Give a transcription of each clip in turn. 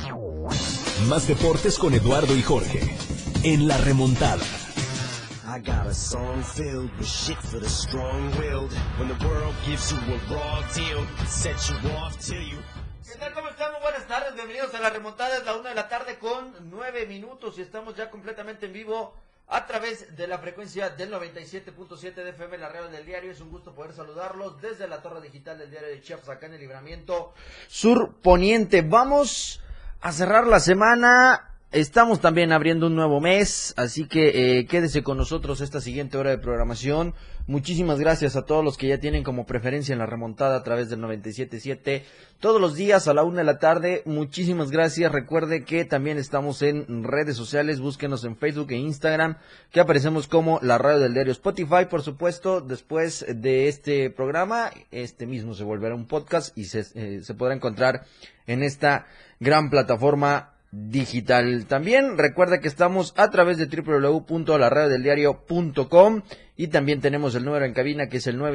Más deportes con Eduardo y Jorge en La Remontada. I got a song filled with shit for the strong-willed. When the world gives you a raw deal, it sets you off till you... ¿Qué tal? ¿Cómo están? Muy buenas tardes, bienvenidos a La Remontada. Es la 1 de la tarde con 9 minutos y estamos ya completamente en vivo a través de la frecuencia del 97.7 de FM, la radio del diario. Es un gusto poder saludarlos desde la torre digital del diario de Chiapas, acá en el Libramiento Sur Poniente. Vamos a cerrar la semana. Estamos también abriendo un nuevo mes, así que quédese con nosotros esta siguiente hora de programación. Muchísimas gracias a todos los que ya tienen como preferencia en La Remontada a través del 97.7 todos los días a la 1 de la tarde. Muchísimas gracias. Recuerde que también estamos en redes sociales. Búsquenos en Facebook e Instagram, que aparecemos como la radio del diario. Spotify, por supuesto, después de este programa, este mismo se volverá un podcast y se podrá encontrar en esta gran plataforma digital. También recuerda que estamos a través de www.laradiodeldiario.com y también tenemos el número en cabina, que es el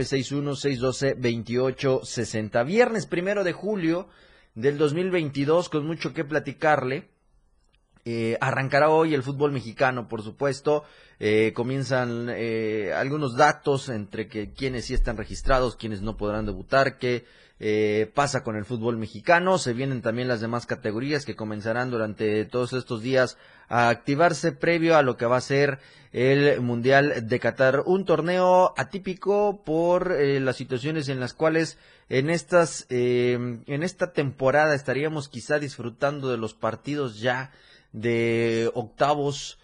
961-612-2860. Viernes 1 de julio del 2022, con mucho que platicarle. Arrancará hoy el fútbol mexicano, por supuesto. Comienzan algunos datos entre que quienes sí están registrados, quienes no podrán debutar, qué pasa con el fútbol mexicano. Se vienen también las demás categorías que comenzarán durante todos estos días a activarse previo a lo que va a ser el Mundial de Qatar, un torneo atípico por las situaciones en las cuales en esta temporada estaríamos quizá disfrutando de los partidos ya de octavos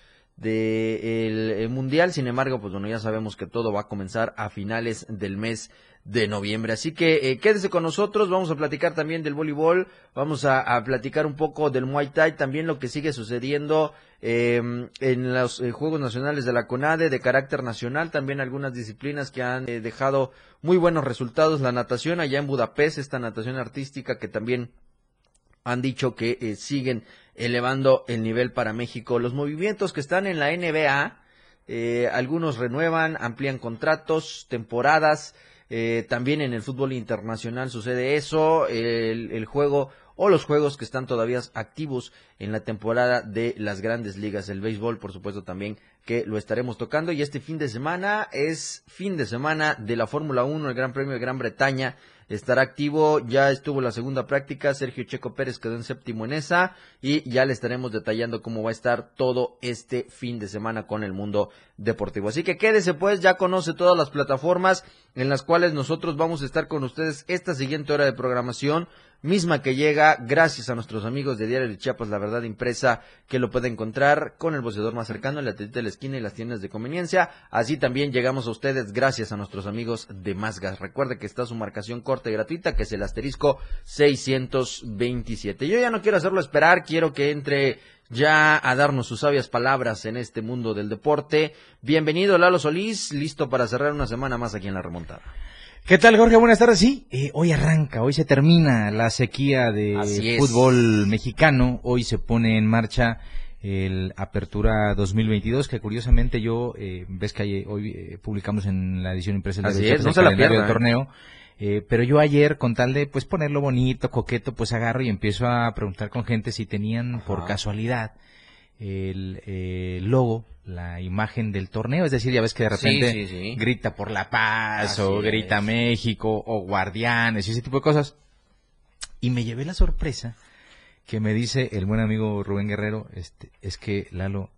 del Mundial. Sin embargo, pues bueno, ya sabemos que todo va a comenzar a finales del mes de noviembre, así que quédese con nosotros. Vamos a platicar también del voleibol, vamos a platicar un poco del Muay Thai, también lo que sigue sucediendo en los Juegos Nacionales de la CONADE de carácter nacional, también algunas disciplinas que han dejado muy buenos resultados. La natación allá en Budapest, esta natación artística que también han dicho que siguen elevando el nivel para México. Los movimientos que están en la NBA, algunos renuevan, amplían contratos, temporadas. También en el fútbol internacional sucede eso. El juego o los juegos que están todavía activos en la temporada de las grandes ligas, el béisbol, por supuesto, también, que lo estaremos tocando. Y este fin de semana es fin de semana de la Fórmula 1, el Gran Premio de Gran Bretaña estará activo. Ya estuvo la segunda práctica, Sergio Checo Pérez quedó en séptimo en esa, y ya le estaremos detallando cómo va a estar todo este fin de semana con el mundo deportivo. Así que quédese pues, ya conoce todas las plataformas en las cuales nosotros vamos a estar con ustedes esta siguiente hora de programación, misma que llega gracias a nuestros amigos de Diario de Chiapas, La Verdad Impresa, que lo puede encontrar con el boceador más cercano, en la tiendita de la esquina y las tiendas de conveniencia. Así también llegamos a ustedes gracias a nuestros amigos de Más Gas. Recuerde que está su marcación corte gratuita, que es el asterisco 627. Yo ya no quiero hacerlo esperar, quiero que entre ya a darnos sus sabias palabras en este mundo del deporte. Bienvenido, Lalo Solís, listo para cerrar una semana más aquí en La Remontada. ¿Qué tal, Jorge? Buenas tardes. Sí, hoy arranca, hoy se termina la sequía de fútbol mexicano. Hoy se pone en marcha el Apertura 2022, que curiosamente ves que hoy publicamos en la edición impresa del calendario del torneo. Pero yo ayer, con tal de pues ponerlo bonito, coqueto, pues agarro y empiezo a preguntar con gente si tenían por casualidad el logo, la imagen del torneo. Es decir, ya ves que de repente grita por la paz, o grita México, o Guardianes y ese tipo de cosas. Y me llevé la sorpresa que me dice el buen amigo Rubén Guerrero, es que Lalo,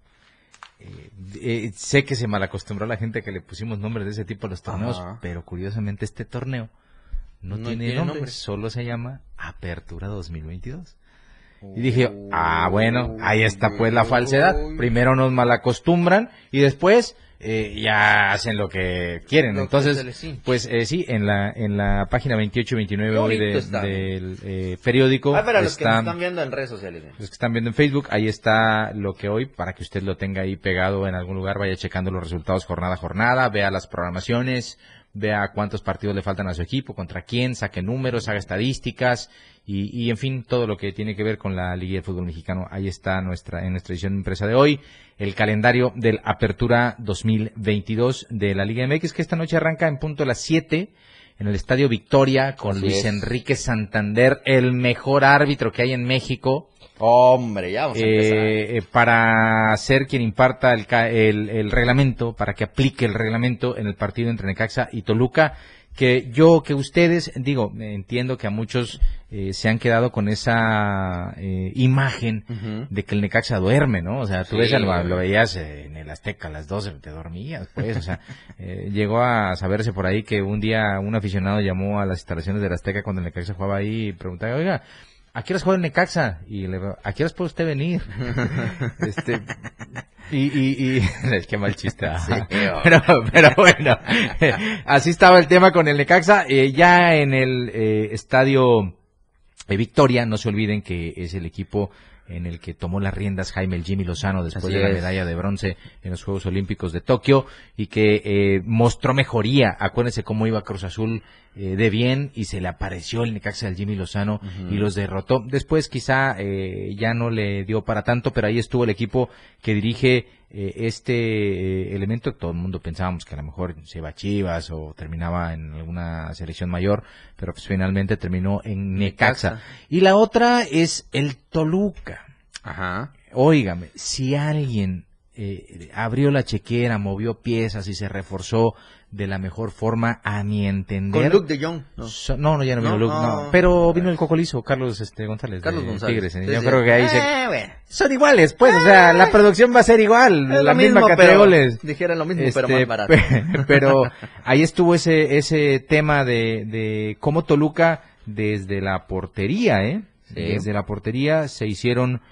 sé que se malacostumbró a la gente que le pusimos nombres de ese tipo a los torneos, pero curiosamente este torneo no tiene nombre, solo se llama Apertura 2022. Y dije, bueno, ahí está pues la falsedad. Primero nos malacostumbran y después ya hacen lo que quieren. Entonces, pues sí, en la página 28 y 29 hoy del periódico. Para los que nos están viendo en redes sociales. Los que están viendo en Facebook, ahí está lo que hoy, para que usted lo tenga ahí pegado en algún lugar, vaya checando los resultados jornada a jornada, vea las programaciones, vea cuántos partidos le faltan a su equipo, contra quién, saque números, haga estadísticas y en fin, todo lo que tiene que ver con la Liga de Fútbol Mexicano. Ahí está en nuestra edición impresa de hoy, el calendario del Apertura 2022 de la Liga MX, que esta noche arranca en punto a las 7 en el Estadio Victoria con Así Luis es. Enrique Santander, el mejor árbitro que hay en México. Hombre, ya vamos a empezar. Para ser quien imparta el reglamento, para que aplique el reglamento en el partido entre Necaxa y Toluca, que ustedes, digo, entiendo que a muchos se han quedado con esa imagen de que el Necaxa duerme, ¿no? O sea, tú Sí, lo veías en el Azteca a las 12, te dormías, pues, o sea, llegó a saberse por ahí que un día un aficionado llamó a las instalaciones del Azteca cuando el Necaxa jugaba ahí y preguntaba, oiga, ¿a qué horas juega el Necaxa? Y le digo, ¿a qué horas puede usted venir? Qué mal chiste. Sí, pero bueno, así estaba el tema con el Necaxa. Ya en el estadio Victoria, no se olviden que es el equipo en el que tomó las riendas Jaime el Jimmy Lozano después Así de la es. medalla de bronce en los Juegos Olímpicos de Tokio y que mostró mejoría. Acuérdense cómo iba Cruz Azul de bien y se le apareció el Necaxa del Jimmy Lozano y los derrotó. Después quizá ya no le dio para tanto, pero ahí estuvo el equipo que dirige elemento. Todo el mundo pensábamos que a lo mejor se iba a Chivas o terminaba en alguna selección mayor, pero pues finalmente terminó en Necaxa. Y la otra es el Toluca. Ajá. Óigame, si alguien abrió la chequera, movió piezas y se reforzó de la mejor forma, a mi entender. Con Luke de Jong, ¿no? No, ya no vino No, Luke, no. no. Pero vino el cocolizo, Carlos González. Carlos de González. Tigres. Sí, Yo sí. creo que ahí Bueno. son iguales, pues, o sea, la producción va a ser igual, Es la lo misma mismo, cantidad de pero goles. dijera lo mismo, pero más barato. Pero ahí estuvo ese tema de cómo Toluca desde la portería, Sí. desde la portería se hicieron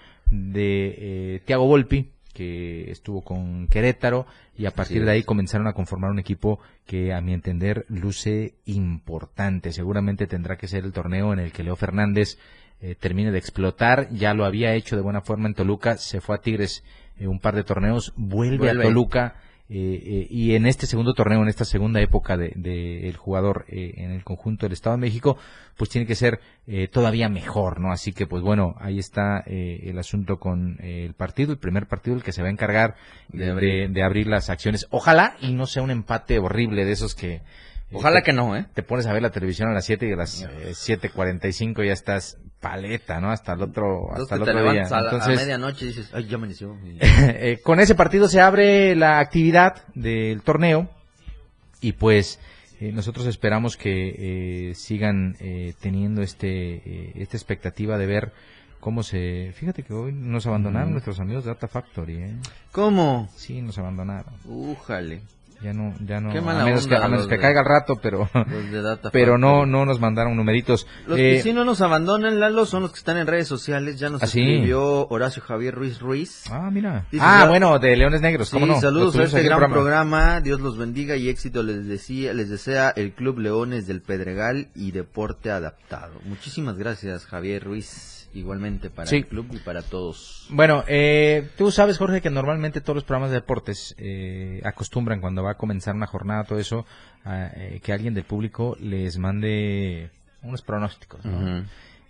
de Thiago Volpi, que estuvo con Querétaro, y a partir de ahí comenzaron a conformar un equipo que, a mi entender, luce importante. Seguramente tendrá que ser el torneo en el que Leo Fernández termine de explotar. Ya lo había hecho de buena forma en Toluca, se fue a Tigres un par de torneos, vuelve a Toluca, y en este segundo torneo, en esta segunda época de el jugador en el conjunto del Estado de México, pues tiene que ser todavía mejor, ¿no? Así que, pues bueno, ahí está el asunto con el primer partido, el que se va a encargar de abrir las acciones. Ojalá y no sea un empate horrible de esos que... Ojalá que no, Te pones a ver la televisión a las 7 y a las 7:45 ya estás paleta, ¿no? Hasta el otro Entonces te día. levantas a Entonces, medianoche y dices, ay, ya amaneció. con ese partido se abre la actividad del torneo y pues nosotros esperamos que sigan teniendo esta expectativa de ver cómo fíjate que hoy nos abandonaron nuestros amigos de Data Factory, ¿Cómo? Sí, nos abandonaron. Újale. Ya no, Qué mala a menos onda, que caiga al rato, pero Los de Data pero Factory. no nos mandaron numeritos. Los que sí no nos abandonan, Lalo, son los que están en redes sociales. Ya nos ¿Ah, sí? escribió Horacio Javier Ruiz. Ah, mira. Dice, Bueno, de Leones Negros, ¿cómo Sí, no? saludos a Los este tuvimos aquí gran en el programa. Dios los bendiga y éxito les desea el Club Leones del Pedregal y Deporte Adaptado. Muchísimas gracias, Javier Ruiz. Igualmente para el club y para todos. Bueno, tú sabes, Jorge, que normalmente todos los programas de deportes acostumbran cuando va a comenzar una jornada, todo eso, que alguien del público les mande unos pronósticos, ¿no?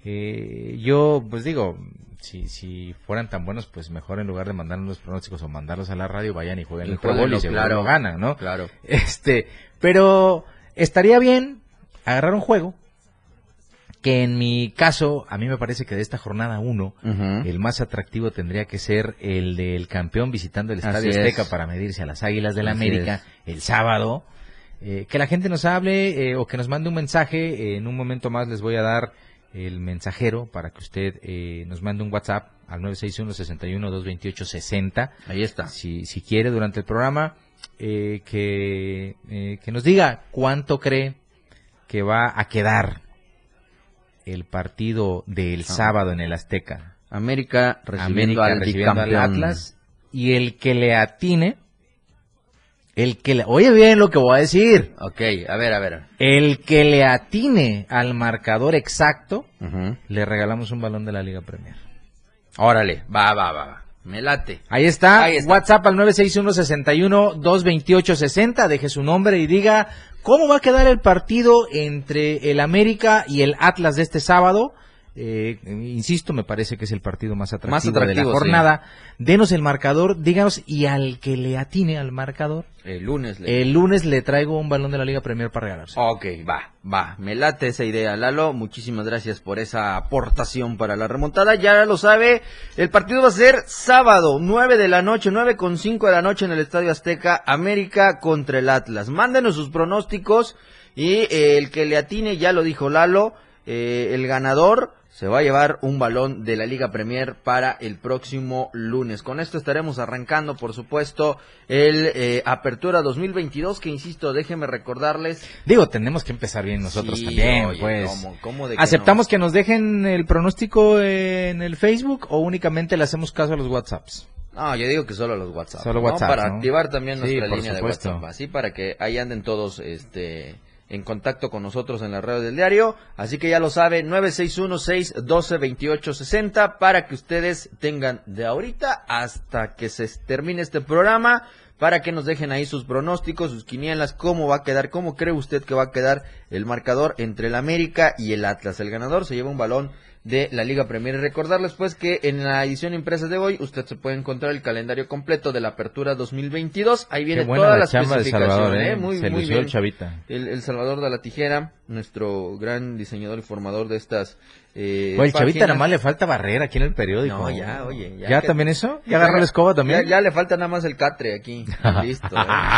Yo, pues digo, si fueran tan buenos, pues mejor en lugar de mandar unos pronósticos o mandarlos a la radio, vayan y jueguen el Pro Bowl y seguro lo ganan, ¿no? Claro. Pero estaría bien agarrar un juego que en mi caso, a mí me parece que de esta jornada 1, el más atractivo tendría que ser el del campeón visitando el Estadio Azteca para medirse a las Águilas del América el sábado. Que la gente nos hable o que nos mande un mensaje. En un momento más les voy a dar el mensajero para que usted nos mande un WhatsApp al 961-61-228-60. Ahí está. Si quiere, durante el programa, que nos diga cuánto cree que va a quedar el partido del sábado en el Azteca. América recibiendo al Atlas, y el que le atine, oye bien lo que voy a decir. Ok, a ver. El que le atine al marcador exacto, le regalamos un balón de la Liga Premier. Órale, va. Me late. Ahí está. WhatsApp al 961-61-228-60. Deje su nombre y diga cómo va a quedar el partido entre el América y el Atlas de este sábado. Insisto, me parece que es el partido más atractivo de la sí. jornada. Denos el marcador, díganos, y al que le atine al marcador, El lunes. el lunes le traigo un balón de la Liga Premier para regalarse. Ok, va, me late esa idea, Lalo. Muchísimas gracias por esa aportación para la remontada. Ya lo sabe, el partido va a ser sábado, 9:05 de la noche en el Estadio Azteca, América contra el Atlas. Mándenos sus pronósticos y el que le atine, ya lo dijo Lalo, el ganador se va a llevar un balón de la Liga Premier para el próximo lunes. Con esto estaremos arrancando, por supuesto, el Apertura 2022, que insisto, déjenme recordarles. Digo, tenemos que empezar bien nosotros Sí, también, oye, pues. ¿cómo de que ¿Aceptamos no? que nos dejen el pronóstico en el Facebook o únicamente le hacemos caso a los WhatsApps? No, yo digo que solo los WhatsApp. Solo ¿no? WhatsApp, Para ¿no? activar también Sí, nuestra por línea supuesto. de WhatsApp, así para que ahí anden todos en contacto con nosotros en las redes del diario. Así que ya lo sabe, 961-612-2860, para que ustedes tengan de ahorita hasta que se termine este programa, para que nos dejen ahí sus pronósticos, sus quinielas, cómo va a quedar, cómo cree usted que va a quedar el marcador entre el América y el Atlas. El ganador se lleva un balón de la Liga Premier. Y recordarles pues que en la edición impresa de hoy usted se puede encontrar el calendario completo de la Apertura 2022. Ahí viene toda la chamba de especificación, Salvador, muy se lució bien. el chavita. El Salvador de la Tijera, nuestro gran diseñador y formador de estas Oye, el chavita páginas. nada más le falta barrer aquí en el periódico. No, ya, oye. ¿Ya también eso? ¿Ya agarró la escoba también? Ya le falta nada más el catre aquí. Listo.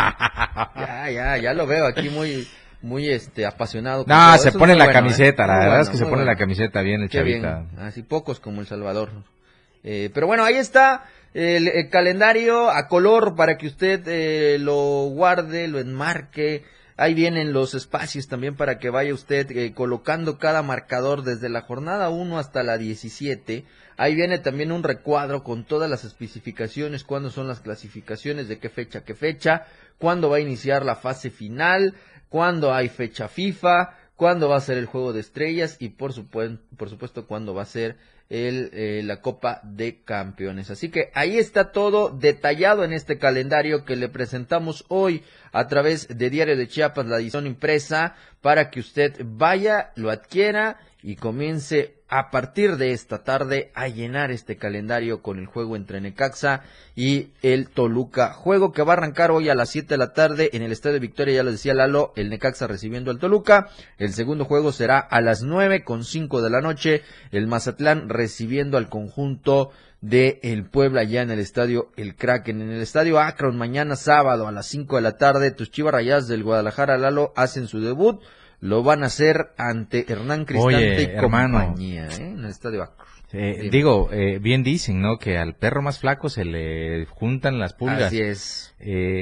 Ya lo veo aquí muy apasionado. con No, todo. se Eso pone es la muy bueno, camiseta, la Muy verdad bueno, es que se muy pone bueno. la camiseta bien el Qué chavita. bien, así pocos como El Salvador. Pero bueno, ahí está el calendario a color para que usted lo guarde, lo enmarque. Ahí vienen los espacios también para que vaya usted colocando cada marcador desde la jornada 1 hasta la 17. Ahí viene también un recuadro con todas las especificaciones, cuándo son las clasificaciones, de qué fecha, cuándo va a iniciar la fase final, cuándo hay fecha FIFA, cuándo va a ser el Juego de Estrellas y por supuesto cuándo va a ser la Copa de Campeones. Así que ahí está todo detallado en este calendario que le presentamos hoy a través de Diario de Chiapas, la edición impresa, para que usted vaya, lo adquiera y comience a partir de esta tarde a llenar este calendario con el juego entre Necaxa y el Toluca. Juego que va a arrancar hoy a las 7 de la tarde en el Estadio Victoria, ya lo decía Lalo, el Necaxa recibiendo al Toluca. El segundo juego será a las 9:05 de la noche, el Mazatlán recibiendo al conjunto de el Puebla ya en el Estadio El Kraken. En el Estadio Akron mañana sábado a las 5 de la tarde, tus Chivas Rayadas del Guadalajara, Lalo, hacen su debut. Lo van a hacer ante Hernán Cristante y compañía, en el Estadio Akron. Bien dicen, ¿no? Que al perro más flaco se le juntan las pulgas. Así es.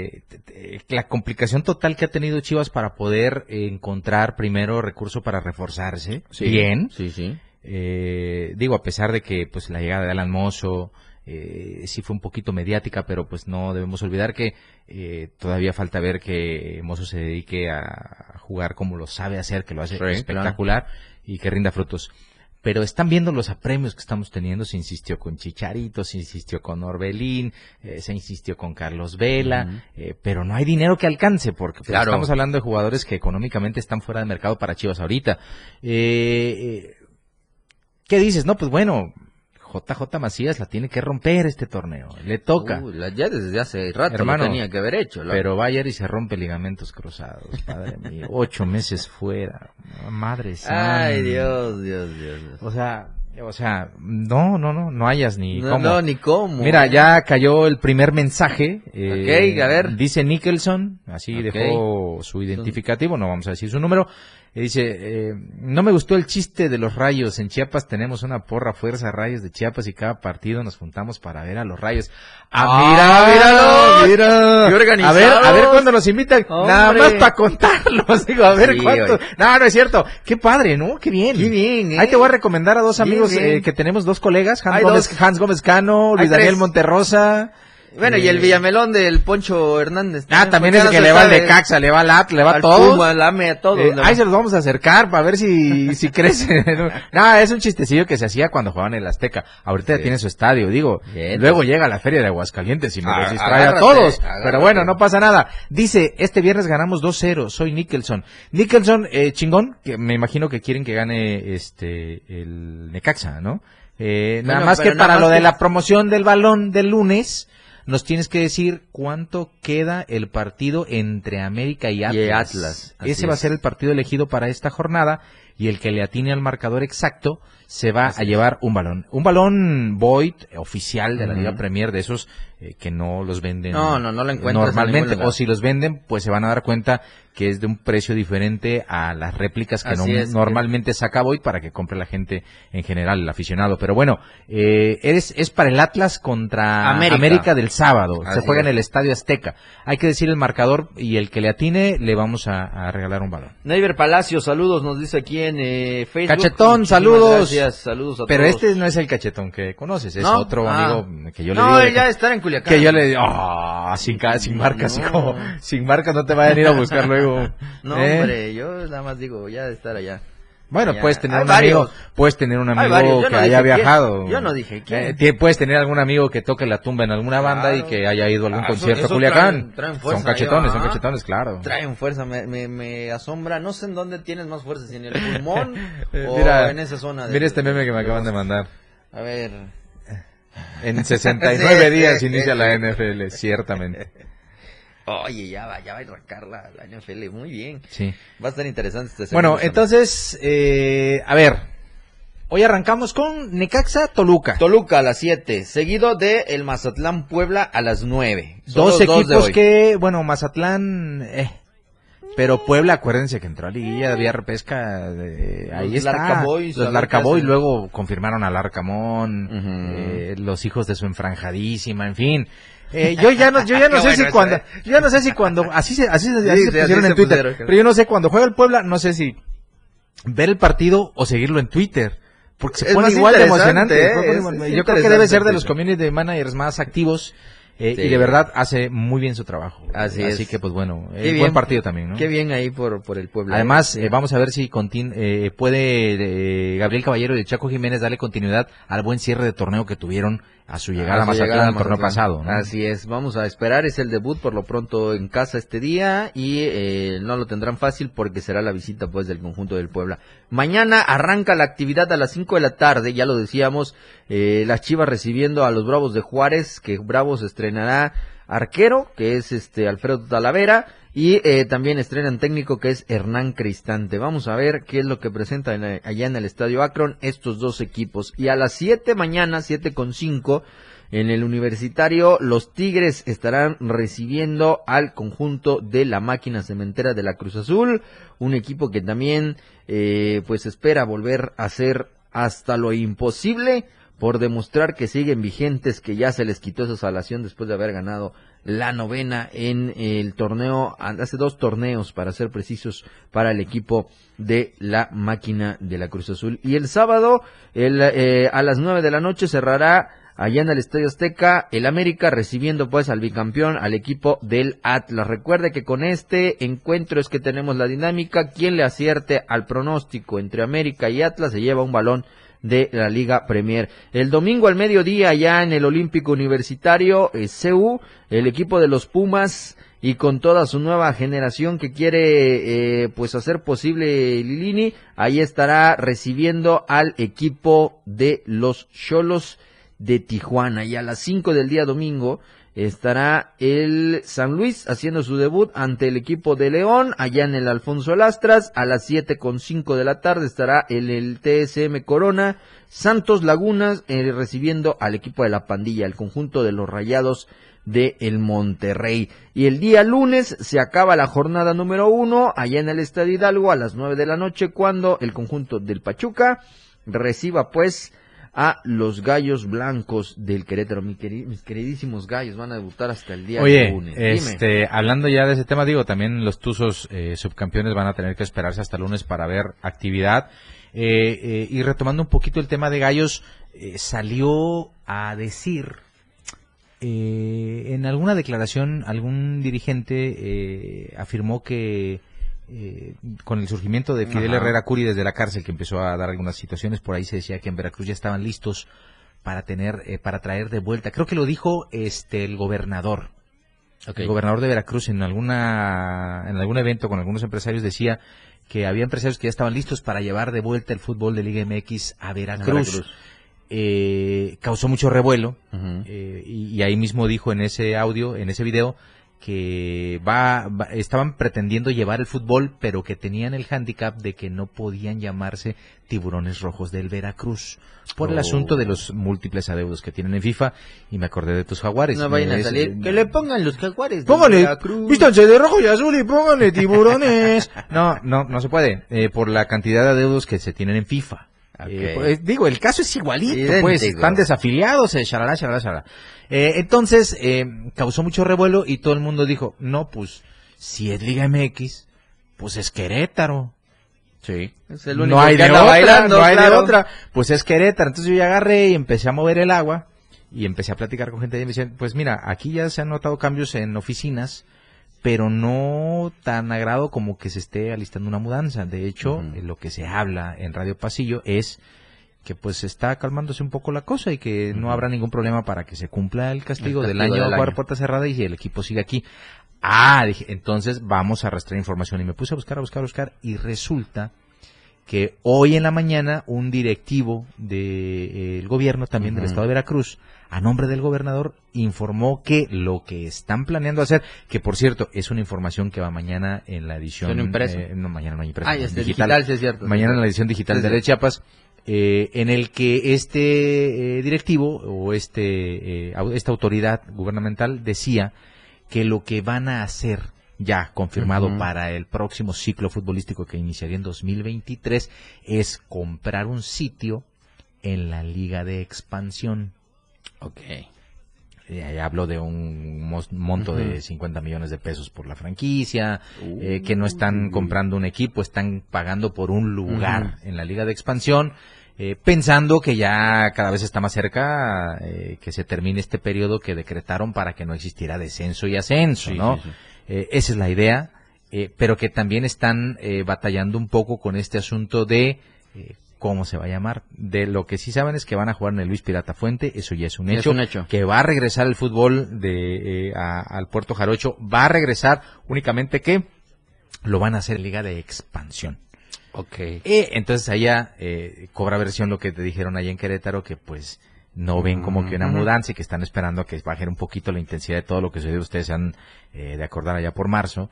La complicación total que ha tenido Chivas para poder encontrar primero recurso para reforzarse. Sí, bien. Sí. A pesar de que pues la llegada de Alan Mozo sí fue un poquito mediática, pero pues no debemos olvidar que todavía falta ver que Mozo se dedique a jugar como lo sabe hacer, que lo hace espectacular, claro, y que rinda frutos. Pero están viendo los apremios que estamos teniendo. Se insistió con Chicharito, se insistió con Orbelín, se insistió con Carlos Vela, pero no hay dinero que alcance, porque pues, claro, estamos hablando de jugadores que económicamente están fuera de mercado para Chivas ahorita. ¿Qué dices? No, pues bueno, JJ Macías la tiene que romper este torneo, le toca. Ya desde hace rato, hermano, lo tenía que haber hecho. Pero va ayer y se rompe ligamentos cruzados, padre mío, 8 meses fuera, madre santa. Ay, Dios. O sea, no hayas ni cómo. No, ni cómo. Mira, ya cayó el primer mensaje. A ver. Dice Nicholson, así dejó su identificativo, no vamos a decir su número. Dice, no me gustó el chiste de los Rayos. En Chiapas tenemos una porra Fuerza Rayos de Chiapas y cada partido nos juntamos para ver a los Rayos. Mira. Qué organizado. A ver cuándo nos invitan. Hombre. Nada más para contarlos. Digo, a ver cuánto. Oye. No es cierto. Qué padre, ¿no? Qué bien. Ahí te voy a recomendar a dos amigos que tenemos, dos colegas, Hans Gómez Cano, Luis Daniel Monterrosa. Bueno, y el Villamelón del Poncho Hernández. También ese que le va al Necaxa, le va al Atlas, le va a todos. Puma, al AME, a todos. Ahí se los vamos a acercar para ver si crece. Es un chistecillo que se hacía cuando jugaban en el Azteca. Ahorita ya tiene su estadio, digo. Bien, luego llega la Feria de Aguascalientes y me los distrae a todos. Pero bueno, no pasa nada. Dice, este viernes ganamos 2-0, soy Nicholson. Nicholson, chingón, que me imagino que quieren que gane el Necaxa, ¿no? Nada más que para lo de la promoción del balón del lunes, nos tienes que decir cuánto queda el partido entre América y Atlas. Ese va a ser el partido elegido para esta jornada, y el que le atine al marcador exacto se va a llevar un balón. Un balón Void oficial de la Liga Premier, de esos que no los venden no lo encuentras normalmente, o si los venden, pues se van a dar cuenta que es de un precio diferente a las réplicas que normalmente saca Void para que compre la gente en general, el aficionado. Pero bueno, es para el Atlas contra América del sábado. Se juega en el Estadio Azteca. Hay que decir el marcador, y el que le atine le vamos a regalar un balón. Neiber Palacio, saludos, nos dice aquí en Facebook. Cachetón, saludos. Gracias, saludos a Pero todos. este no es el Cachetón que conoces, es otro amigo que yo le digo. No, ya está en Culiacán. Que yo le digo, sin marcas, como sin marcas, no te vayan a ir a buscar luego. No, hombre, yo nada más digo, ya de estar allá. Bueno, allá. puedes tener un amigo que haya viajado. Yo no dije quién. Puedes tener algún amigo que toque la tumba en alguna banda y que haya ido a algún concierto a Culiacán. Traen fuerza, son cachetones, claro. Traen fuerza, me asombra. No sé en dónde tienes más fuerza, si en el pulmón o en esa zona. Mira este meme que me acaban de mandar. A ver. En 69 días inicia la NFL, ciertamente. Oye, ya va a arrancar la NFL, muy bien. Sí. Va a estar interesante este segundo. Bueno, entonces, a ver, hoy arrancamos con Necaxa Toluca. Toluca a las 7, seguido de el Mazatlán Puebla a las 9. Dos equipos que, bueno, Mazatlán, pero Puebla, acuérdense que entró a liguilla, había repesca, ahí está. Los Larcaboy, luego confirmaron al Arcamón, los hijos de su enfranjadísima, en fin. Yo ya no sé si cuando, así se pusieron en Twitter, pero yo no sé, cuando juega el Puebla, no sé si ver el partido o seguirlo en Twitter, porque se pone igual de emocionante. Yo creo que debe ser de los community managers más activos. Y de verdad hace muy bien su trabajo. Así que pues bueno, buen partido también, ¿no? Qué bien ahí por el Puebla. Además, vamos a ver si puede Gabriel Caballero y Chaco Jiménez darle continuidad al buen cierre de torneo que tuvieron a su llegada a Mazatlán el torneo pasado, ¿no? Así es, vamos a esperar, es el debut por lo pronto en casa este día, y no lo tendrán fácil porque será la visita pues del conjunto del Puebla. Mañana arranca la actividad a las 5 de la tarde, ya lo decíamos, las Chivas recibiendo a los Bravos de Juárez, que Bravos estrenará arquero, que es Alfredo Talavera, y también estrenan técnico, que es Hernán Cristante. Vamos a ver qué es lo que presentan allá en el Estadio Akron estos dos equipos. Y a las 7 mañana, 7:05, en el Universitario, los Tigres estarán recibiendo al conjunto de la Máquina Cementera de la Cruz Azul, un equipo que también pues espera volver a hacer hasta lo imposible por demostrar que siguen vigentes, que ya se les quitó esa salación después de haber ganado la 9ª en el torneo, hace 2 torneos para ser precisos, para el equipo de la Máquina de la Cruz Azul. Y el sábado, a las 9 de la noche, cerrará allá en el Estadio Azteca el América, recibiendo pues al bicampeón, al equipo del Atlas. Recuerde que con este encuentro es que tenemos la dinámica: quien le acierte al pronóstico entre América y Atlas se lleva un balón de la Liga Premier. El domingo al mediodía, ya en el Olímpico Universitario CU, el equipo de los Pumas, y con toda su nueva generación que quiere pues hacer posible Lilini, ahí estará recibiendo al equipo de los Xolos de Tijuana. Y a las 5 del día domingo estará el San Luis haciendo su debut ante el equipo de León, allá en el Alfonso Lastras. A las 7:05 de la tarde estará el TSM Corona, Santos Lagunas recibiendo al equipo de la Pandilla, el conjunto de los Rayados de el Monterrey. Y el día lunes se acaba la jornada número 1 allá en el Estadio Hidalgo a las 9 de la noche, cuando el conjunto del Pachuca reciba pues a los Gallos Blancos del Querétaro. Mis queridísimos Gallos van a debutar hasta el día lunes. Hablando ya de ese tema, digo, también los Tuzos subcampeones van a tener que esperarse hasta el lunes para ver actividad. Y retomando un poquito el tema de Gallos, salió a decir En alguna declaración, algún dirigente afirmó que con el surgimiento de Fidel Herrera Curi desde la cárcel, que empezó a dar algunas situaciones, por ahí se decía que en Veracruz ya estaban listos para traer de vuelta. Creo que lo dijo el gobernador. Okay. El gobernador de Veracruz en algún evento con algunos empresarios decía que había empresarios que ya estaban listos para llevar de vuelta el fútbol de Liga MX a Veracruz. Causó mucho revuelo y ahí mismo dijo en ese audio, en ese video, que estaban pretendiendo llevar el fútbol, pero que tenían el hándicap de que no podían llamarse Tiburones Rojos del Veracruz por el asunto de los múltiples adeudos que tienen en FIFA. Y me acordé de tus Jaguares. No vayan a salir, que le pongan los Jaguares del Veracruz. Vístanse de rojo y azul y pónganle Tiburones. No se puede, por la cantidad de adeudos que se tienen en FIFA. Okay. El caso es igualito, idéntico. Pues están desafiliados, shalala. Entonces, causó mucho revuelo y todo el mundo dijo, no, pues, si es Liga MX, pues es Querétaro. Sí. Es el único que anda bailando, no hay de otra. Pues es Querétaro. Entonces yo ya agarré y empecé a mover el agua y empecé a platicar con gente y me decían, pues mira, aquí ya se han notado cambios en oficinas, pero no tan agrado como que se esté alistando una mudanza. De hecho, lo que se habla en Radio Pasillo es que pues está calmándose un poco la cosa y que no habrá ningún problema para que se cumpla el castigo del año a jugar puerta cerrada y el equipo sigue aquí. Dije, entonces vamos a rastrear información y me puse a buscar y resulta que hoy en la mañana un directivo del gobierno también del estado de Veracruz, a nombre del gobernador, informó que lo que están planeando hacer, que por cierto es una información que va mañana en la edición mañana no hay impreso, digital, sí es cierto. Mañana en la edición digital de Chiapas, en el que directivo o esta autoridad gubernamental decía que lo que van a hacer ya confirmado para el próximo ciclo futbolístico que iniciaría en 2023 es comprar un sitio en la Liga de Expansión. Okay. Hablo de un monto de 50 millones de pesos por la franquicia, que no están comprando un equipo, están pagando por un lugar en la Liga de Expansión, pensando que ya cada vez está más cerca que se termine este periodo que decretaron para que no existiera descenso y ascenso, ¿no? Sí. Esa es la idea, pero que también están batallando un poco con este asunto de cómo se va a llamar. De lo que sí saben es que van a jugar en el Luis Pirata Fuente, eso ya es un hecho. Que va a regresar el fútbol al Puerto Jarocho, va a regresar, únicamente que lo van a hacer en Liga de Expansión. Okay. Entonces allá cobra versión lo que te dijeron allá en Querétaro, que pues no ven como que una mudanza y que están esperando a que baje un poquito la intensidad de todo lo que ustedes se han de acordar allá por marzo,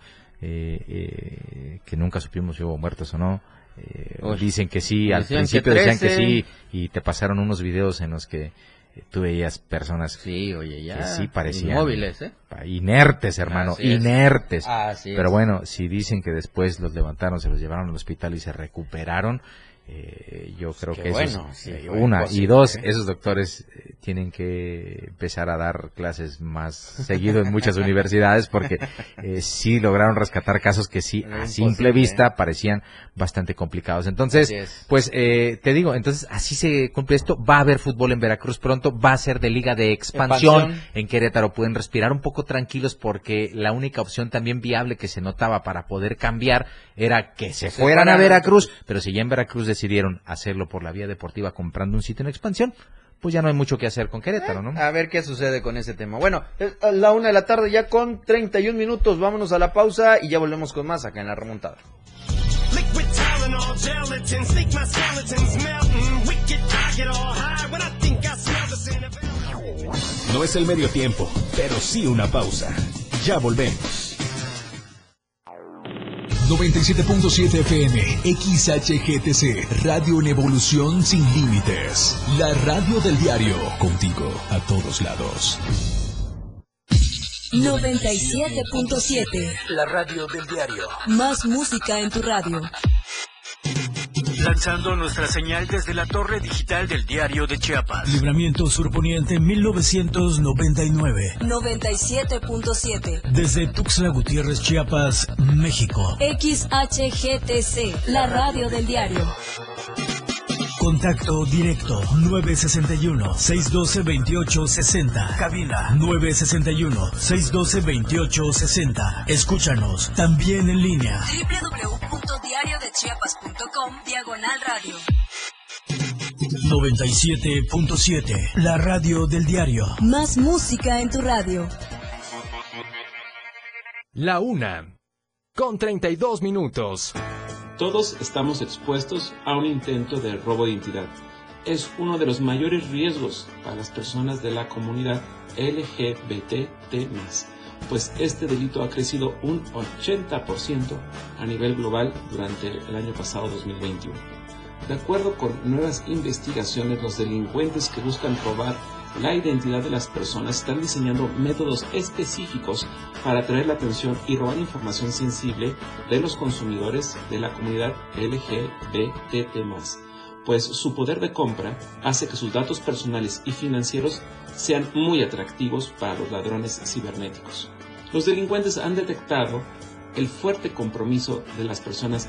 que nunca supimos si hubo muertos o no. Dicen que sí, al principio decían que sí, y te pasaron unos videos en los que tú veías personas que sí parecían inmóviles, inertes, hermano, inertes. Pero bueno, si dicen que después los levantaron, se los llevaron al hospital y se recuperaron, yo creo que eso y dos, esos doctores tienen que empezar a dar clases más seguido en muchas universidades, porque sí lograron rescatar casos que sí a simple vista parecían bastante complicados. Entonces, pues te digo, entonces así se cumple esto. Va a haber fútbol en Veracruz pronto, va a ser de Liga de Expansión. En Querétaro pueden respirar un poco tranquilos, porque la única opción también viable que se notaba para poder cambiar era que se fueran a Veracruz, pero si ya en Veracruz decidieron hacerlo por la vía deportiva comprando un sitio en expansión, pues ya no hay mucho que hacer con Querétaro, ¿no? A ver qué sucede con ese tema. Bueno, es a la 1:00 p.m. ya con 31 minutos, vámonos a la pausa y ya volvemos con más acá en La Remontada. No es el medio tiempo, pero sí una pausa. Ya volvemos. 97.7 FM, XHGTC, Radio en Evolución Sin Límites. La radio del diario, contigo a todos lados. 97.7, la radio del diario. Más música en tu radio. Lanzando nuestra señal desde la torre digital del Diario de Chiapas. Libramiento Surponiente 1999. 97.7. Desde Tuxtla Gutiérrez, Chiapas, México. XHGTC, la radio del diario. Contacto directo 961-612-2860. Cabina 961-612-2860. Escúchanos también en línea. www.diariodechiapas.com/radio. 97.7, la radio del diario. Más música en tu radio. La 1:32. Todos estamos expuestos a un intento de robo de identidad. Es uno de los mayores riesgos para las personas de la comunidad LGBT+, pues este delito ha crecido un 80% a nivel global durante el año pasado 2021. De acuerdo con nuevas investigaciones, los delincuentes que buscan robar la identidad de las personas están diseñando métodos específicos para atraer la atención y robar información sensible de los consumidores de la comunidad LGBT+, pues su poder de compra hace que sus datos personales y financieros sean muy atractivos para los ladrones cibernéticos. Los delincuentes han detectado el fuerte compromiso de las personas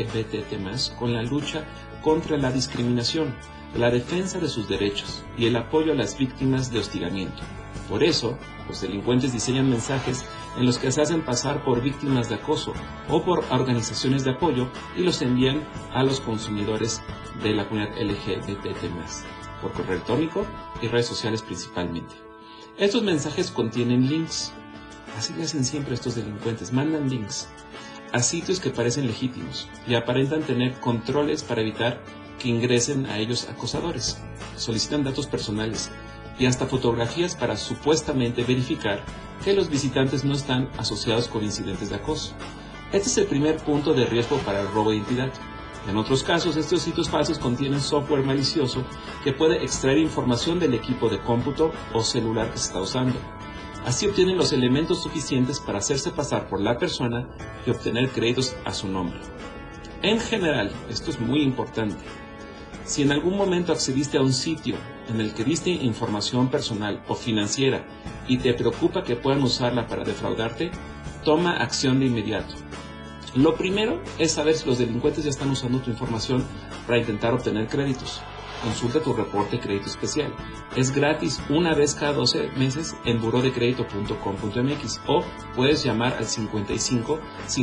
LGBT+ con la lucha contra la discriminación, la defensa de sus derechos y el apoyo a las víctimas de hostigamiento. Por eso, los delincuentes diseñan mensajes en los que se hacen pasar por víctimas de acoso o por organizaciones de apoyo y los envían a los consumidores de la comunidad LGBT+, por correo electrónico y redes sociales principalmente. Estos mensajes contienen links. Así lo hacen siempre estos delincuentes, mandan links a sitios que parecen legítimos y aparentan tener controles para evitar que ingresen a ellos acosadores. Solicitan datos personales y hasta fotografías para supuestamente verificar que los visitantes no están asociados con incidentes de acoso. Este es el primer punto de riesgo para el robo de identidad. En otros casos, estos sitios falsos contienen software malicioso que puede extraer información del equipo de cómputo o celular que se está usando. Así obtienen los elementos suficientes para hacerse pasar por la persona y obtener créditos a su nombre. En general, esto es muy importante. Si en algún momento accediste a un sitio en el que diste información personal o financiera y te preocupa que puedan usarla para defraudarte, toma acción de inmediato. Lo primero es saber si los delincuentes ya están usando tu información para intentar obtener créditos. Consulta tu reporte de crédito especial. Es gratis una vez cada 12 meses en burodecredito.com.mx o puedes llamar al 55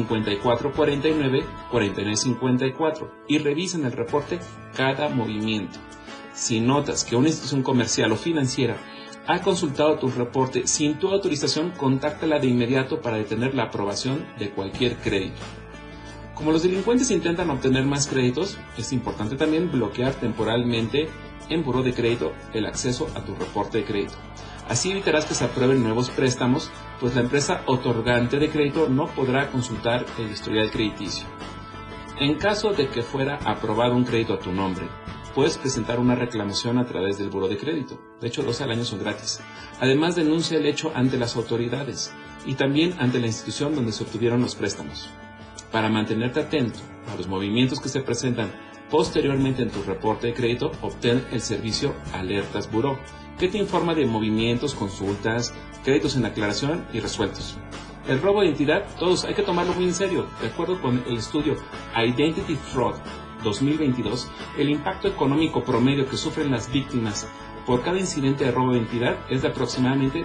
54 49 49 54 y revisen el reporte cada movimiento. Si notas que una institución comercial o financiera ha consultado tu reporte sin tu autorización, contáctala de inmediato para detener la aprobación de cualquier crédito. Como los delincuentes intentan obtener más créditos, es importante también bloquear temporalmente en Buró de Crédito el acceso a tu reporte de crédito. Así evitarás que se aprueben nuevos préstamos, pues la empresa otorgante de crédito no podrá consultar el historial crediticio. En caso de que fuera aprobado un crédito a tu nombre, puedes presentar una reclamación a través del Buró de Crédito. De hecho, 12 al año son gratis. Además, denuncia el hecho ante las autoridades y también ante la institución donde se obtuvieron los préstamos. Para mantenerte atento a los movimientos que se presentan posteriormente en tu reporte de crédito, obtén el servicio Alertas Buró, que te informa de movimientos, consultas, créditos en aclaración y resueltos. El robo de identidad, todos hay que tomarlo muy en serio. De acuerdo con el estudio Identity Fraud 2022, el impacto económico promedio que sufren las víctimas por cada incidente de robo de identidad es de aproximadamente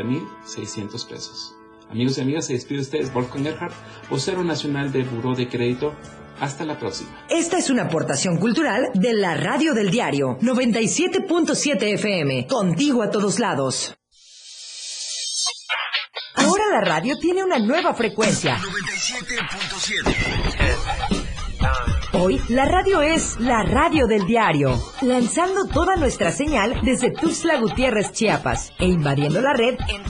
30,600 pesos. Amigos y amigas, se despide de ustedes Wolfgang Erhardt, vocero nacional del Buró de Crédito. Hasta la próxima. Esta es una aportación cultural de la Radio del Diario 97.7 FM, contigo a todos lados. Ahora la radio tiene una nueva frecuencia. 97.7. Hoy la radio es la Radio del Diario, lanzando toda nuestra señal desde Tuxtla Gutiérrez, Chiapas, e invadiendo la red en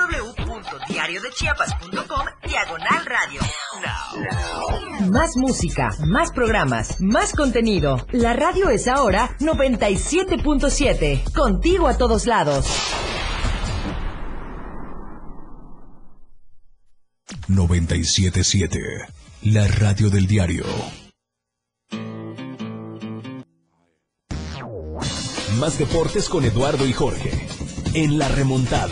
www.diariodechiapas.com/radio. Más música, más programas, más contenido. La radio es ahora 97.7, contigo a todos lados. 97.7, la radio del diario. Más deportes con Eduardo y Jorge, en La Remontada.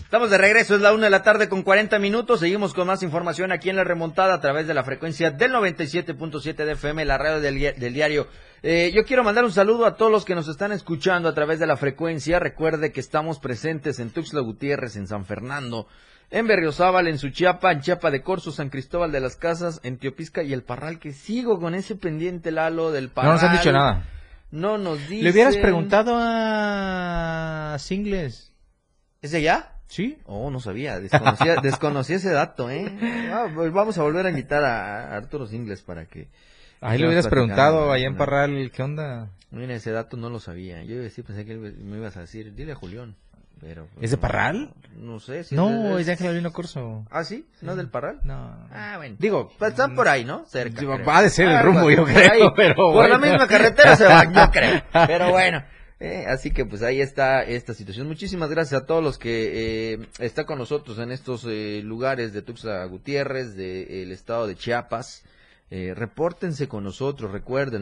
Estamos de regreso, es la 1:40 p.m. Seguimos con más información aquí en La Remontada a través de la frecuencia del 97.7 de FM, la radio del diario. Yo quiero mandar un saludo a todos los que nos están escuchando a través de la frecuencia. Recuerde que estamos presentes en Tuxtla Gutiérrez, en San Fernando, en Berriozábal, en Suchiapa, en Chiapa de Corzo, San Cristóbal de las Casas, en Teopisca y El Parral, que sigo con ese pendiente, Lalo, del Parral. No nos han dicho nada. No nos dicen. Le hubieras preguntado a Singles. ¿Es de allá? Sí. Oh, no sabía, desconocía ese dato, pues vamos a volver a invitar a Arturo Singles para que... Ahí le hubieras preguntado allá en Parral, ¿qué onda? Mira, ese dato no lo sabía. Yo pensé que me ibas a decir, dile a Julián. Pero, ¿Es de Parral? No sé. Si no, es de Ángel Albino Corzo. ¿Ah, sí? ¿No es del Parral? No. Ah, bueno. Digo, pues están por ahí, ¿no? Cerca. Va a ser el rumbo, yo creo. Ahí, pero por la misma carretera se van, yo creo. Pero bueno. Así que pues ahí está esta situación. Muchísimas gracias a todos los que están con nosotros en estos lugares de Tuxtla Gutiérrez, del estado de Chiapas. Repórtense con nosotros, recuerden,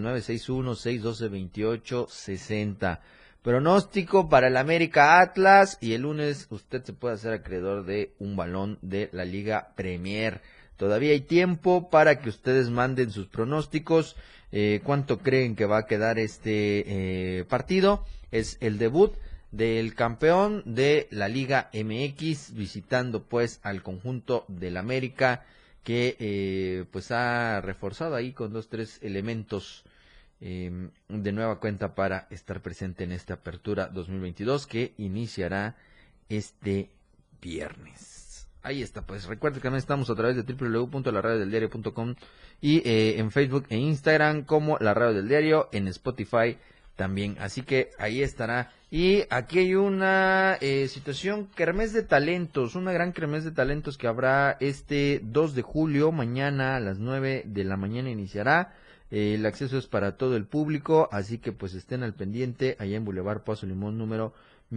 961-612-2860. Pronóstico para el América Atlas, y el lunes usted se puede hacer acreedor de un balón de la Liga Premier. Todavía hay tiempo para que ustedes manden sus pronósticos. ¿Cuánto creen que va a quedar este partido? Es el debut del campeón de la Liga MX, visitando pues al conjunto del América, que pues ha reforzado ahí con 2-3 elementos de nueva cuenta para estar presente en esta apertura 2022 que iniciará este viernes. Ahí está, pues recuerden que también estamos a través de www.laradiodeldiario.com y en Facebook e Instagram como La Radio del Diario, en Spotify también, así que ahí estará. Y aquí hay una situación, kermés de talentos, una gran kermés de talentos que habrá este 2 de julio, mañana a las 9 de la mañana iniciará. El acceso es para todo el público, así que pues estén al pendiente allá en Boulevard Paso Limón número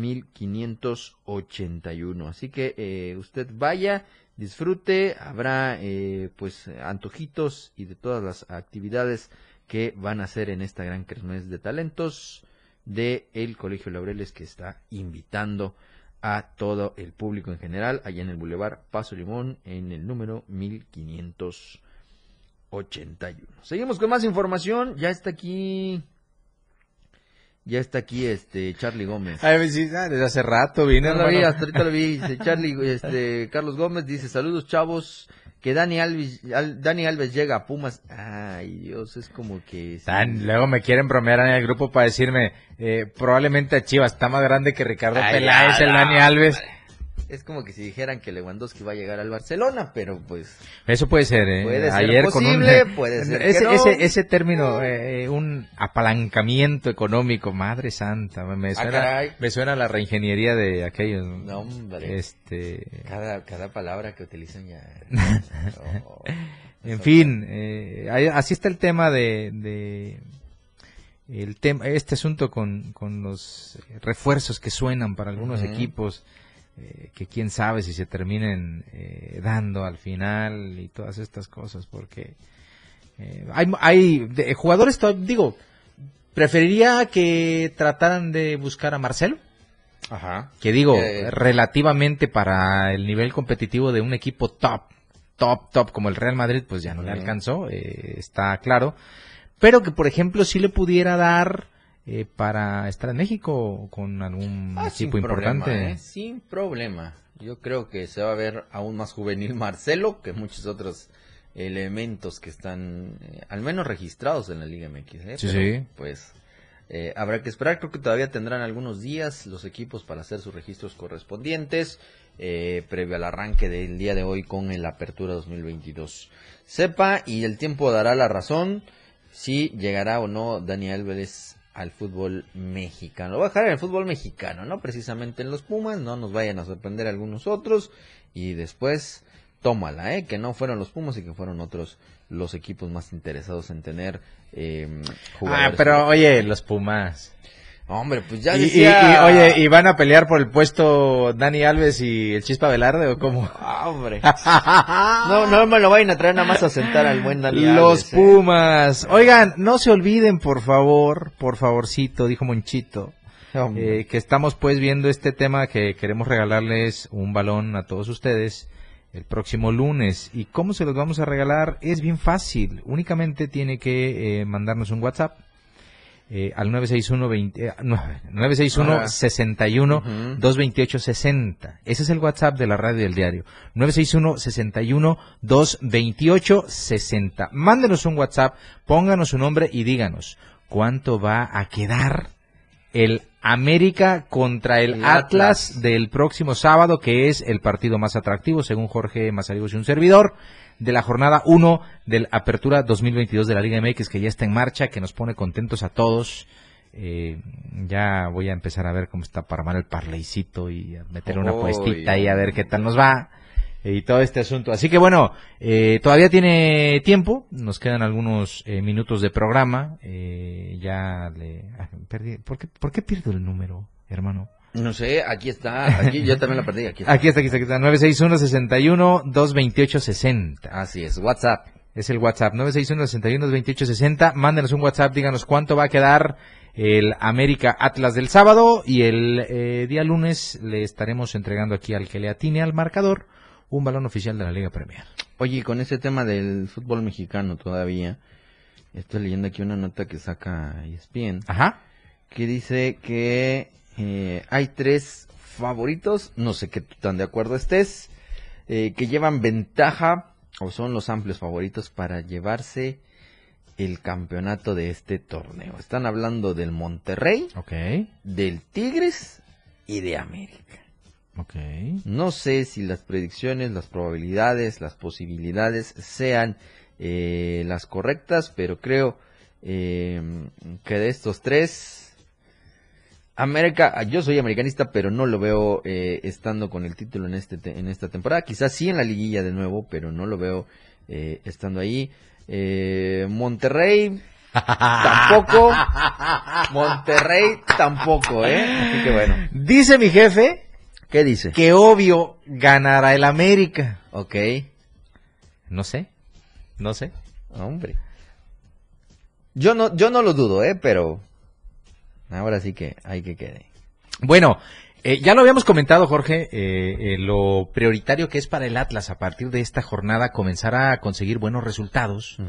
1581. Así que usted vaya, disfrute, habrá pues antojitos y de todas las actividades que van a hacer en esta gran kermés de talentos de el Colegio Laureles, que está invitando a todo el público en general allá en el Boulevard Paso Limón en el número 1581. Seguimos con más información. Ya está aquí Charlie Gómez. Ay, sí, desde hace rato vine, no lo vi, hasta ahorita lo vi. Carlos Gómez dice: saludos, chavos, que Dani Alves llega a Pumas. Ay, Dios, es como que... Sí. Luego me quieren bromear en el grupo para decirme, probablemente a Chivas está más grande que Ricardo Peláez, el Dani Alves. Hombre. Es como que si dijeran que Lewandowski va a llegar al Barcelona, pero pues... Eso puede ser, Puede ser ayer posible, con puede ser ese término, un apalancamiento económico, madre santa, me suena a la reingeniería de aquellos. No, hombre. Cada palabra que utilizan ya... En fin, así está el tema este asunto con los refuerzos que suenan para algunos equipos, que quién sabe si se terminen dando al final y todas estas cosas, porque hay jugadores, preferiría que trataran de buscar a Marcelo, que relativamente para el nivel competitivo de un equipo top como el Real Madrid, pues ya no le alcanzó, está claro, pero que por ejemplo sí le pudiera dar para estar en México con algún equipo importante. Sin problema. Yo creo que se va a ver aún más juvenil Marcelo que muchos otros elementos que están al menos registrados en la Liga MX. Sí. Pues habrá que esperar. Creo que todavía tendrán algunos días los equipos para hacer sus registros correspondientes previo al arranque del día de hoy con el Apertura 2022. Sepa y el tiempo dará la razón si llegará o no Dani Alves al fútbol mexicano. Lo voy a dejar en el fútbol mexicano, no precisamente en los Pumas, no nos vayan a sorprender algunos otros, y después tómala, que no fueron los Pumas y que fueron otros los equipos más interesados en tener jugadores. Pero oye, los Pumas. Hombre, pues ya decía... Oye, ¿y van a pelear por el puesto Dani Alves y el Chispa Velarde o cómo? Hombre. No me lo vayan a traer nada más a sentar al buen Dani Alves. Los Pumas. Oigan, no se olviden, por favorcito, dijo Monchito, que estamos pues viendo este tema, que queremos regalarles un balón a todos ustedes el próximo lunes. ¿Y cómo se los vamos a regalar? Es bien fácil, únicamente tiene que mandarnos un WhatsApp al 961-61-228-60. Ese es el WhatsApp de la radio del diario. 961-61-228-60. Mándenos un WhatsApp, pónganos su nombre y díganos cuánto va a quedar el América contra el Atlas del próximo sábado, que es el partido más atractivo, según Jorge Mazarigos y un servidor, de la jornada 1 del Apertura 2022 de la Liga MX, que ya está en marcha, que nos pone contentos a todos. Ya voy a empezar a ver cómo está para armar el parleycito y a meter una puestita y a ver qué tal nos va y todo este asunto. Así que bueno, todavía tiene tiempo, nos quedan algunos minutos de programa. Perdí. ¿Por qué pierdo el número, hermano? No sé, aquí está, aquí yo también la perdí. Aquí está. Aquí está, 961-61-228-60. Así es, WhatsApp. Es el WhatsApp, 961-61-228-60. Mándenos un WhatsApp, díganos cuánto va a quedar el América Atlas del sábado, y el día lunes le estaremos entregando aquí al que le atine al marcador un balón oficial de la Liga Premier. Oye, con ese tema del fútbol mexicano todavía, estoy leyendo aquí una nota que saca ESPN. Ajá. Que dice que hay 3 favoritos, no sé qué tan de acuerdo estés, que llevan ventaja o son los amplios favoritos para llevarse el campeonato de este torneo. Están hablando del Monterrey, del Tigres y de América. No sé si las predicciones, las probabilidades, las posibilidades sean las correctas, pero creo que de estos 3, América, yo soy americanista, pero no lo veo estando con el título en esta temporada. Quizás sí en la liguilla de nuevo, pero no lo veo estando ahí. Monterrey tampoco. Monterrey tampoco, Así que bueno. Dice mi jefe. ¿Qué dice? Que obvio ganará el América. Ok. No sé. Hombre. Yo no lo dudo, pero ahora sí que hay que quede. Bueno, ya lo habíamos comentado, Jorge, lo prioritario que es para el Atlas a partir de esta jornada comenzar a conseguir buenos resultados,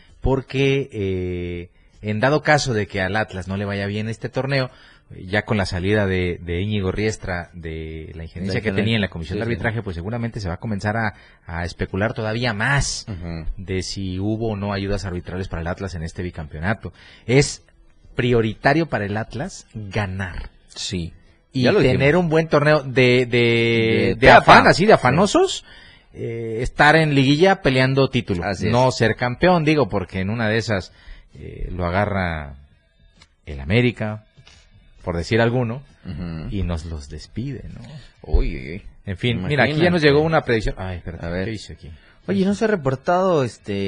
porque en dado caso de que al Atlas no le vaya bien este torneo, ya con la salida de Íñigo Riestra, de la injerencia que tenía en la comisión de arbitraje, pues seguramente se va a comenzar a especular todavía más de si hubo o no ayudas arbitrales para el Atlas en este bicampeonato. Es prioritario para el Atlas ganar. Sí. Y tener un buen torneo de afán, así de afanosos, estar en liguilla peleando título. No ser campeón, digo, porque en una de esas lo agarra el América, por decir alguno, y nos los despide, ¿no? Uy. En fin, imagínate. Mira, aquí ya nos llegó una predicción. Ay, espérate, a ver. ¿qué hice aquí? Oye, ¿no se ha reportado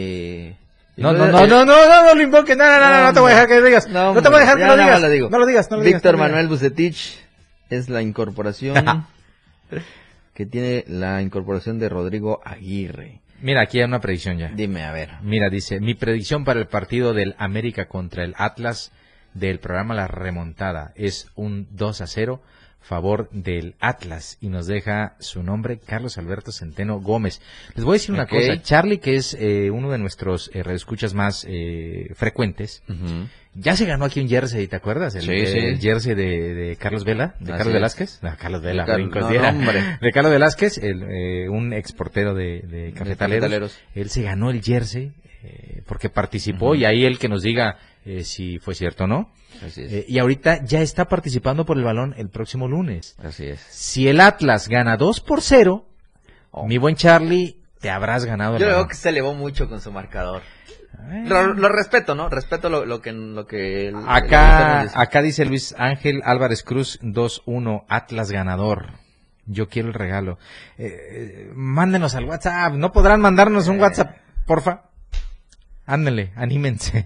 No lo invoques, no te voy a dejar que lo digas. No te voy a dejar que lo digas. No lo digas. Víctor Manuel Bucetich es la incorporación que tiene la incorporación de Rodrigo Aguirre. Mira, aquí hay una predicción ya. Dime, a ver. Mira, dice, mi predicción para el partido del América contra el Atlas del programa La Remontada es un 2-0 favor del Atlas, y nos deja su nombre Carlos Alberto Centeno Gómez. Les voy a decir una cosa, Charlie, que es uno de nuestros radioescuchas más frecuentes, ya se ganó aquí un jersey, ¿te acuerdas? El jersey de Carlos Vela, de Carlos Velázquez. No, Carlos Vela, de Carlos Velázquez, un exportero de cafetaleros. Él se ganó el jersey porque participó, y ahí él que nos diga si fue cierto o no. Así es. Y ahorita ya está participando por el balón el próximo lunes. Así es. Si el Atlas gana 2-0, mi buen Charlie, te habrás ganado el balón. Yo creo que se elevó mucho con su marcador. Lo respeto, ¿no? Respeto lo que acá dice Luis Ángel Álvarez Cruz, 2-1, Atlas ganador. Yo quiero el regalo. Mándenos al WhatsApp. ¿No podrán mandarnos un WhatsApp, porfa? Ándale, anímense.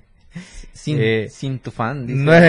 Sin tu fan.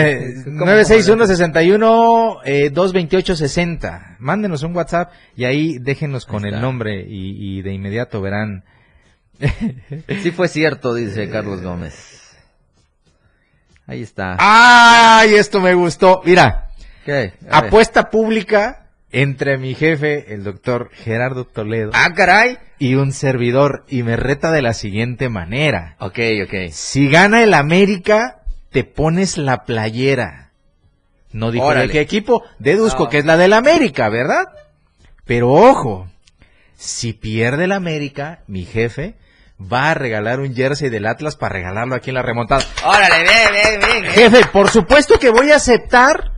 961-61-228-60. Mándenos un WhatsApp y ahí déjenos con el nombre y de inmediato verán. Sí fue cierto, dice Carlos Gómez. Ahí está. ¡Ay, esto me gustó! Mira, ¿Qué? Apuesta pública entre mi jefe, el doctor Gerardo Toledo. ¡Ah, caray! Y un servidor, y me reta de la siguiente manera. Ok. Si gana el América, te pones la playera. No dijo de qué equipo, deduzco que es la del América, ¿verdad? Pero ojo, si pierde el América, mi jefe va a regalar un jersey del Atlas para regalarlo aquí en la remontada. ¡Órale, ven! Jefe, por supuesto que voy a aceptar,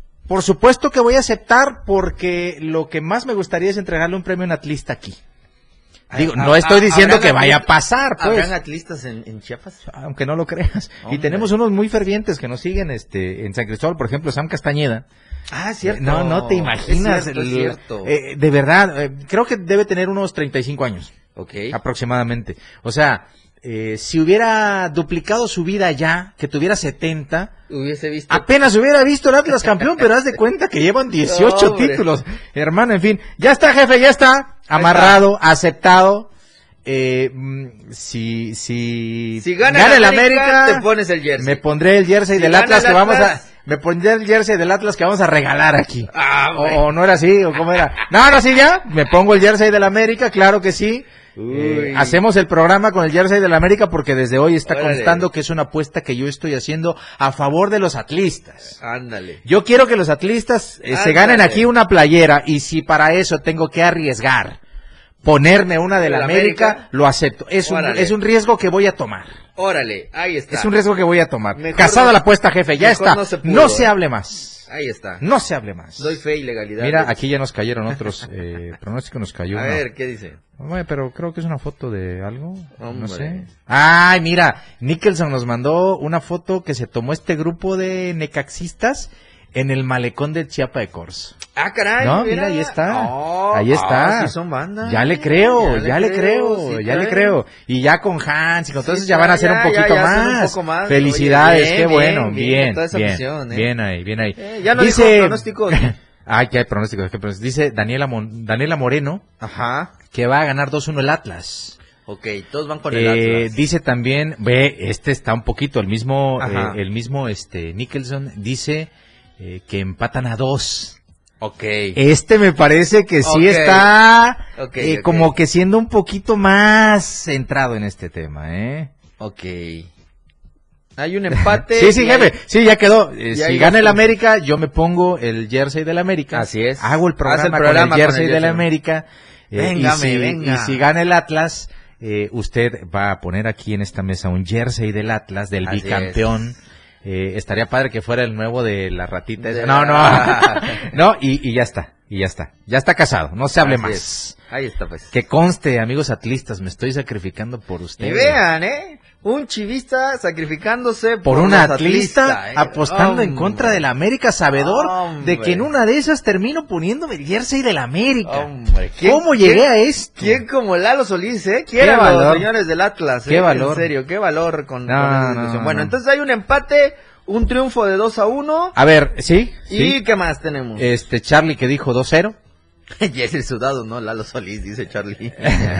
porque lo que más me gustaría es entregarle un premio a un atlista aquí. Digo, no estoy diciendo que vaya a pasar, pues. ¿Habrán atlistas en Chiapas? Aunque no lo creas. Hombre. Y tenemos unos muy fervientes que nos siguen en San Cristóbal, por ejemplo, Sam Castañeda. Ah, cierto. No te imaginas. Es cierto. De verdad, creo que debe tener unos 35 años. Ok. Aproximadamente. O sea, si hubiera duplicado su vida ya, que tuviera 70, Hubiese visto. apenas hubiera visto el Atlas campeón, pero haz de cuenta que llevan 18 títulos. Hermano, en fin. Ya está, jefe, ya está. Amarrado, aceptado. Si gana el América, te pones el jersey. Me pondré el jersey del Atlas que vamos a... Me pondré el jersey del Atlas que vamos a regalar aquí. O no era así, o cómo era. No, sí, ya. Me pongo el jersey del América, claro que sí. Hacemos el programa con el jersey del América porque desde hoy está constando que es una apuesta que yo estoy haciendo a favor de los atlistas. Ándale. Yo quiero que los atlistas se ganen aquí una playera, y si para eso tengo que arriesgar ponerme una del América, lo acepto. Es un riesgo que voy a tomar. Órale, ahí está. Es un riesgo que voy a tomar. Casada la apuesta, jefe, ya está. No se hable más. Ahí está. No se hable más. Doy fe y legalidad. Mira, aquí ya nos cayeron otros pronósticos, nos cayó. A ver, ¿qué dice? Bueno, pero creo que es una foto de algo. Hombre. No sé. Ay, mira, Nicholson nos mandó una foto que se tomó este grupo de necaxistas en el malecón del Chiapa de Corzo. Ah, caray. No, mira, ahí está. Oh, ahí está. Sí son bandas. Ya le creo. Y ya con Hans y con todo eso ya van a hacer un poquito más. Felicidades, oye, qué bueno. Bien. Bien ahí. Ya no dice, dijo pronósticos. Ya hay pronósticos. Dice Daniela Moreno. Ajá. Que va a ganar 2-1 el Atlas. Ok, todos van con el Atlas. Dice también, está un poquito, el mismo Nicholson dice que empatan a 2. Ok. Me parece que sí está como que siendo un poquito más centrado en este tema, Ok. Hay un empate. Sí, jefe. Sí, ya quedó. Si gana el América, yo me pongo el jersey del América. Así es. Hago el programa con el jersey del América. Venga. Y si gana el Atlas, usted va a poner aquí en esta mesa un jersey del Atlas, del bicampeón. Estaría padre que fuera el nuevo de la ratita. No, y ya está. Ya está casado. No se hable más. Ahí está, pues. Que conste, amigos atlistas, me estoy sacrificando por ustedes. Y vean, un chivista sacrificándose por un atlista, apostando en contra del América, sabedor de que en una de esas termino poniéndome el jersey del América. ¿Cómo llegué a esto? ¿Quién como Lalo Solís, Quiero los señores del Atlas, Qué valor. En serio, qué valor con esa discusión. Bueno, entonces hay un empate, un triunfo de 2-1. A ver, ¿sí? ¿Y qué más tenemos? Charlie que dijo 2-0. Y es el sudado, ¿no? Lalo Solís, dice Charlie.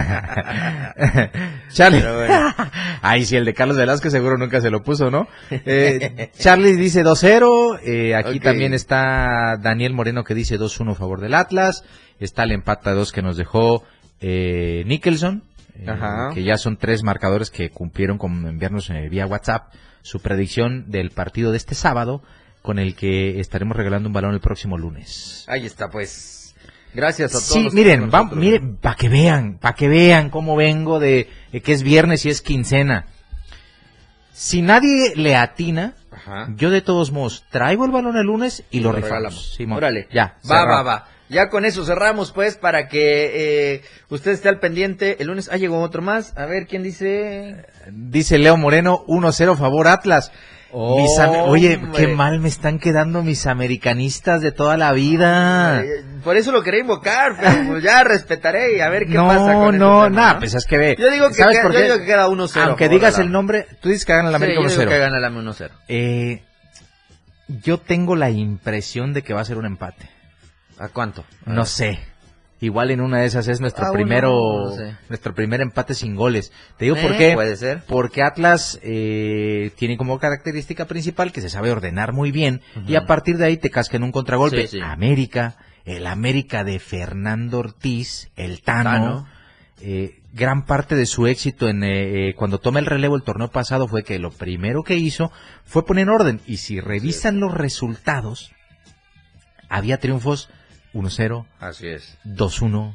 Charlie. Ay, sí, el de Carlos Velázquez seguro nunca se lo puso, ¿no? Charlie dice 2-0. Aquí también está Daniel Moreno que dice 2-1 a favor del Atlas. Está el empate a 2 que nos dejó Nicholson. Que ya son 3 marcadores que cumplieron con enviarnos vía WhatsApp su predicción del partido de este sábado, con el que estaremos regalando un balón el próximo lunes. Ahí está, pues. Gracias a todos. Sí, miren, para que vean cómo vengo de que es viernes y es quincena. Si nadie le atina, yo de todos modos traigo el balón el lunes y lo rifamos. Órale, ya. Va. Ya con eso cerramos, pues, para que usted esté al pendiente. El lunes, llegó otro más. A ver, ¿quién dice? Dice Leo Moreno, 1-0 favor Atlas. Oye, qué mal me están quedando mis americanistas de toda la vida. Por eso lo quería invocar, pero pues ya respetaré y a ver qué pasa con pues es que ve. Yo digo que queda 1-0. Aunque digas el nombre, tú dices que gana el América 1-0. Yo digo que gana el América 1-0. Yo tengo la impresión de que va a ser un empate. ¿A cuánto? No sé. Igual en una de esas es nuestro nuestro primer empate sin goles. Te digo por qué. Puede ser. Porque Atlas tiene como característica principal que se sabe ordenar muy bien y a partir de ahí te casca en un contragolpe. Sí. El América de Fernando Ortiz, el Tano. Gran parte de su éxito cuando toma el relevo el torneo pasado fue que lo primero que hizo fue poner orden. Y si revisan los resultados, había triunfos 1-0, así es, 2-1,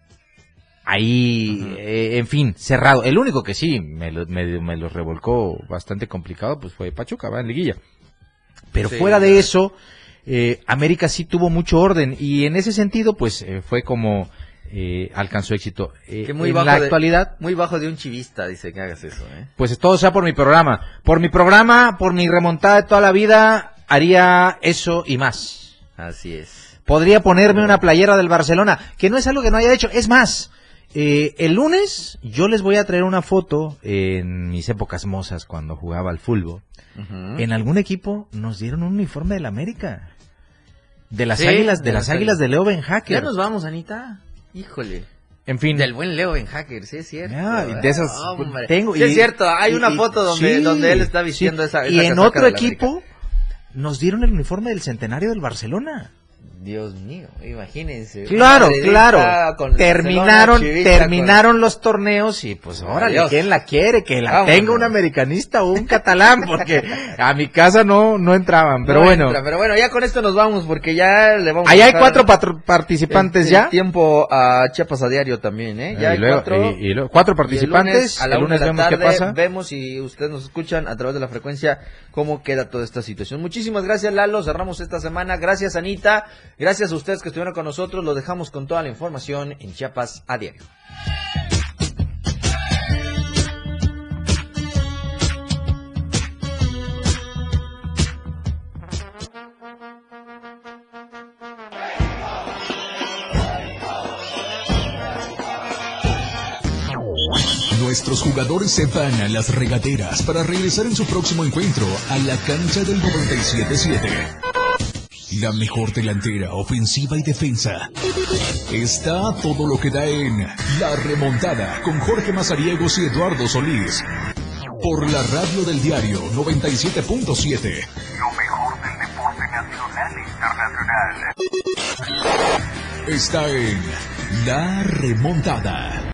ahí, en fin, cerrado. El único que sí me lo revolcó bastante complicado pues fue Pachuca, va en liguilla. Pero fuera de eso, América sí tuvo mucho orden y en ese sentido pues fue como alcanzó éxito. Que muy en bajo la actualidad, muy bajo de un chivista, dice que hagas eso. Pues todo sea por mi programa, por mi remontada de toda la vida, haría eso y más. Así es. Podría ponerme una playera del Barcelona, que no es algo que no haya hecho. Es más, el lunes yo les voy a traer una foto en mis épocas mozas cuando jugaba al fútbol. En algún equipo nos dieron un uniforme del América. De las águilas de Leo Benhacker. Ya nos vamos, Anita. Híjole. En fin. Del buen Leo Benhacker, sí es cierto. De esas tengo. Sí es cierto, hay una foto donde él está vistiendo esa y en otro equipo nos dieron el uniforme del centenario del Barcelona. Dios mío, imagínense. Claro. Terminaron los torneos y pues órale, ¿quién la quiere? Que la tenga un americanista o un catalán, porque a mi casa no entraban, pero bueno. Pero bueno, ya con esto nos vamos porque ya le vamos Allá hay 4 participantes ya. Tiempo a Chiapas a diario también, Ya hay 4. Y 4 participantes. El lunes vemos qué pasa. Vemos si ustedes nos escuchan a través de la frecuencia cómo queda toda esta situación. Muchísimas gracias, Lalo. Cerramos esta semana. Gracias, Anita. Gracias a ustedes que estuvieron con nosotros. Los dejamos con toda la información en Chiapas a diario. Nuestros jugadores se van a las regaderas para regresar en su próximo encuentro a la cancha del 97.7. La mejor delantera, ofensiva y defensa. Está todo lo que da en La Remontada con Jorge Mazariegos y Eduardo Solís. Por la radio del diario 97.7. Lo mejor del deporte nacional e internacional. Está en La Remontada.